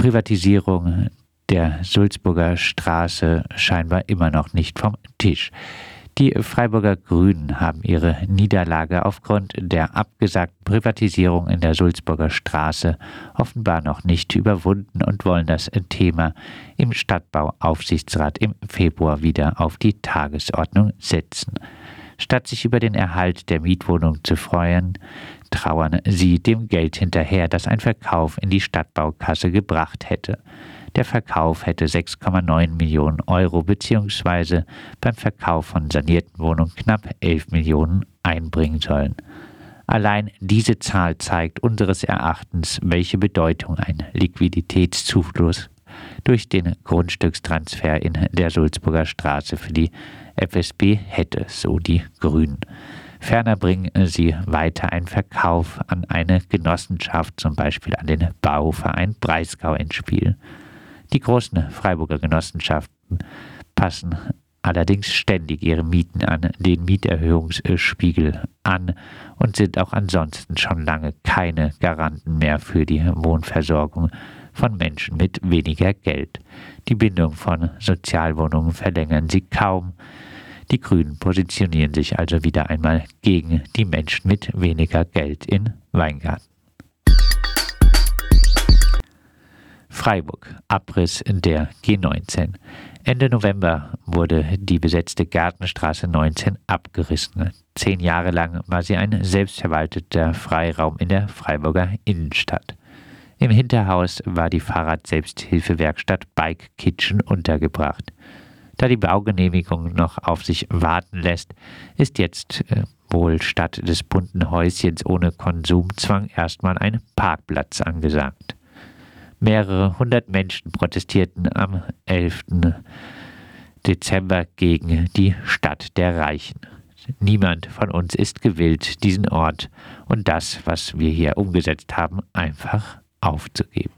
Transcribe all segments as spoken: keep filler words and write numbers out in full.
Privatisierung der Sulzburger Straße scheinbar immer noch nicht vom Tisch. Die Freiburger Grünen haben ihre Niederlage aufgrund der abgesagten Privatisierung in der Sulzburger Straße offenbar noch nicht überwunden und wollen das Thema im Stadtbauaufsichtsrat im Februar wieder auf die Tagesordnung setzen. Statt sich über den Erhalt der Mietwohnung zu freuen, trauern sie dem Geld hinterher, das ein Verkauf in die Stadtbaukasse gebracht hätte. Der Verkauf hätte sechs Komma neun Millionen Euro bzw. beim Verkauf von sanierten Wohnungen knapp elf Millionen einbringen sollen. Allein diese Zahl zeigt unseres Erachtens, welche Bedeutung ein Liquiditätszufluss durch den Grundstückstransfer in der Sulzburger Straße für die F S B hätte, so die Grünen. Ferner bringen sie weiter einen Verkauf an eine Genossenschaft, zum Beispiel an den Bauverein Breisgau, ins Spiel. Die großen Freiburger Genossenschaften passen allerdings ständig ihre Mieten an den Mieterhöhungsspiegel an und sind auch ansonsten schon lange keine Garanten mehr für die Wohnversorgung von Menschen mit weniger Geld. Die Bindung von Sozialwohnungen verlängern sie kaum. Die Grünen positionieren sich also wieder einmal gegen die Menschen mit weniger Geld in Weingarten. Freiburg. Abriss der G neunzehn. Ende November wurde die besetzte Gartenstraße neunzehn abgerissen. Zehn Jahre lang war sie ein selbstverwalteter Freiraum in der Freiburger Innenstadt. Im Hinterhaus war die Fahrrad-Selbsthilfewerkstatt Bike Kitchen untergebracht. Da die Baugenehmigung noch auf sich warten lässt, ist jetzt äh, wohl statt des bunten Häuschens ohne Konsumzwang erstmal ein Parkplatz angesagt. Mehrere hundert Menschen protestierten am elften Dezember gegen die Stadt der Reichen. Niemand von uns ist gewillt, diesen Ort und das, was wir hier umgesetzt haben, einfach aufzugeben.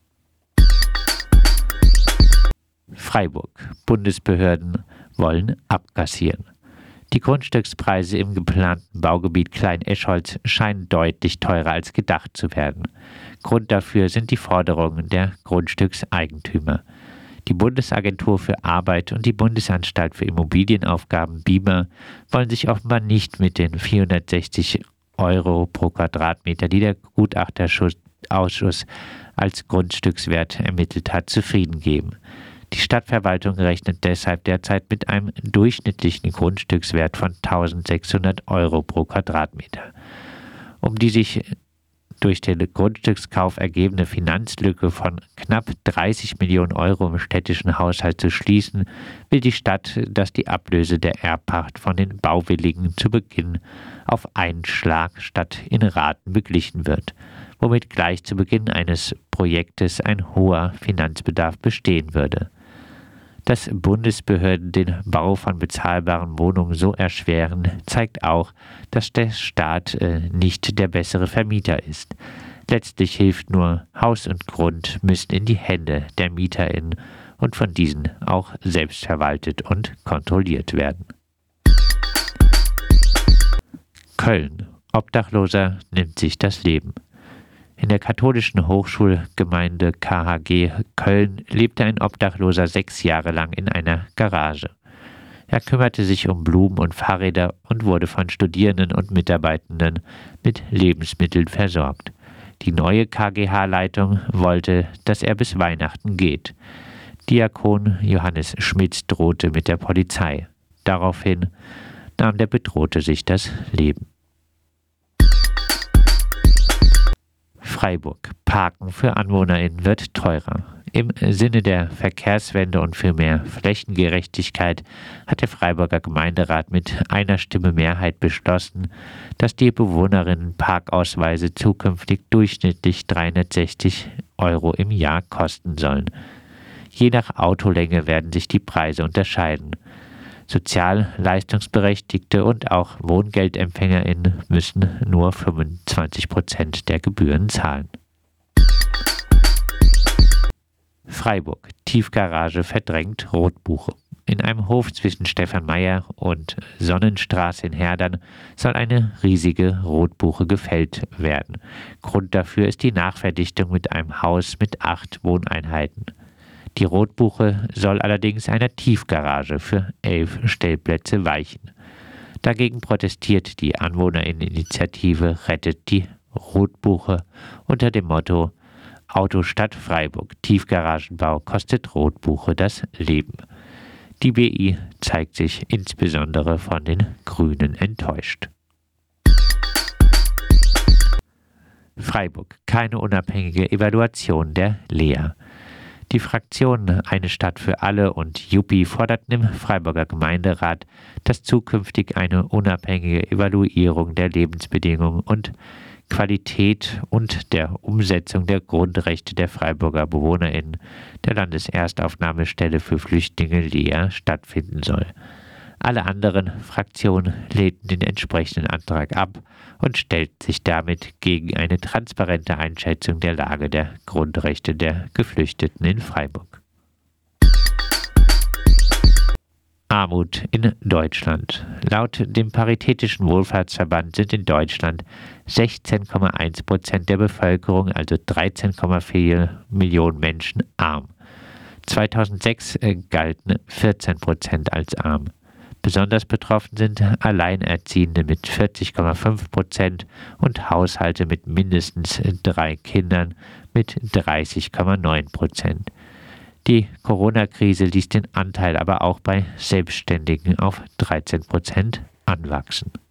Freiburg. Bundesbehörden wollen abkassieren. Die Grundstückspreise im geplanten Baugebiet Klein-Eschholz scheinen deutlich teurer als gedacht zu werden. Grund dafür sind die Forderungen der Grundstückseigentümer. Die Bundesagentur für Arbeit und die Bundesanstalt für Immobilienaufgaben B I M A wollen sich offenbar nicht mit den vierhundertsechzig Euro pro Quadratmeter, die der Gutachterausschuss als Grundstückswert ermittelt hat, zufrieden geben. Die Stadtverwaltung rechnet deshalb derzeit mit einem durchschnittlichen Grundstückswert von eintausendsechshundert Euro pro Quadratmeter. Um die sich durch den Grundstückskauf ergebene Finanzlücke von knapp dreißig Millionen Euro im städtischen Haushalt zu schließen, will die Stadt, dass die Ablöse der Erbpacht von den Bauwilligen zu Beginn auf einen Schlag statt in Raten beglichen wird, womit gleich zu Beginn eines Projektes ein hoher Finanzbedarf bestehen würde. Dass Bundesbehörden den Bau von bezahlbaren Wohnungen so erschweren, zeigt auch, dass der Staat äh, nicht der bessere Vermieter ist. Letztlich hilft nur, Haus und Grund müssen in die Hände der MieterInnen und von diesen auch selbst verwaltet und kontrolliert werden. Köln. Obdachloser nimmt sich das Leben. In der katholischen Hochschulgemeinde K H G Köln lebte ein Obdachloser sechs Jahre lang in einer Garage. Er kümmerte sich um Blumen und Fahrräder und wurde von Studierenden und Mitarbeitenden mit Lebensmitteln versorgt. Die neue K G H-Leitung wollte, dass er bis Weihnachten geht. Diakon Johannes Schmitz drohte mit der Polizei. Daraufhin nahm der Bedrohte sich das Leben. Freiburg. Parken für AnwohnerInnen wird teurer. Im Sinne der Verkehrswende und für mehr Flächengerechtigkeit hat der Freiburger Gemeinderat mit einer Stimme Mehrheit beschlossen, dass die Bewohnerinnen Parkausweise zukünftig durchschnittlich dreihundertsechzig Euro im Jahr kosten sollen. Je nach Autolänge werden sich die Preise unterscheiden. Sozialleistungsberechtigte und auch WohngeldempfängerInnen müssen nur fünfundzwanzig Prozent der Gebühren zahlen. Freiburg. Tiefgarage verdrängt Rotbuche. In einem Hof zwischen Stefan Meyer und Sonnenstraße in Herdern soll eine riesige Rotbuche gefällt werden. Grund dafür ist die Nachverdichtung mit einem Haus mit acht Wohneinheiten. Die Rotbuche soll allerdings einer Tiefgarage für elf Stellplätze weichen. Dagegen protestiert die Anwohnerinitiative Rettet die Rotbuche unter dem Motto Autostadt Freiburg, Tiefgaragenbau kostet Rotbuche das Leben. Die B I zeigt sich insbesondere von den Grünen enttäuscht. Freiburg, keine unabhängige Evaluation der Lea. Die Fraktion Eine Stadt für alle und Juppie forderten im Freiburger Gemeinderat, dass zukünftig eine unabhängige Evaluierung der Lebensbedingungen und Qualität und der Umsetzung der Grundrechte der Freiburger BewohnerInnen der Landeserstaufnahmestelle für Flüchtlinge Lea stattfinden soll. Alle anderen Fraktionen lehnten den entsprechenden Antrag ab und stellten sich damit gegen eine transparente Einschätzung der Lage der Grundrechte der Geflüchteten in Freiburg. Armut in Deutschland. Laut dem Paritätischen Wohlfahrtsverband sind in Deutschland sechzehn Komma eins Prozent der Bevölkerung, also dreizehn Komma vier Millionen Menschen, arm. zweitausendsechs galten vierzehn Prozent als arm. Besonders betroffen sind Alleinerziehende mit vierzig Komma fünf Prozent und Haushalte mit mindestens drei Kindern mit dreißig Komma neun Prozent. Die Corona-Krise ließ den Anteil aber auch bei Selbstständigen auf dreizehn Prozent anwachsen.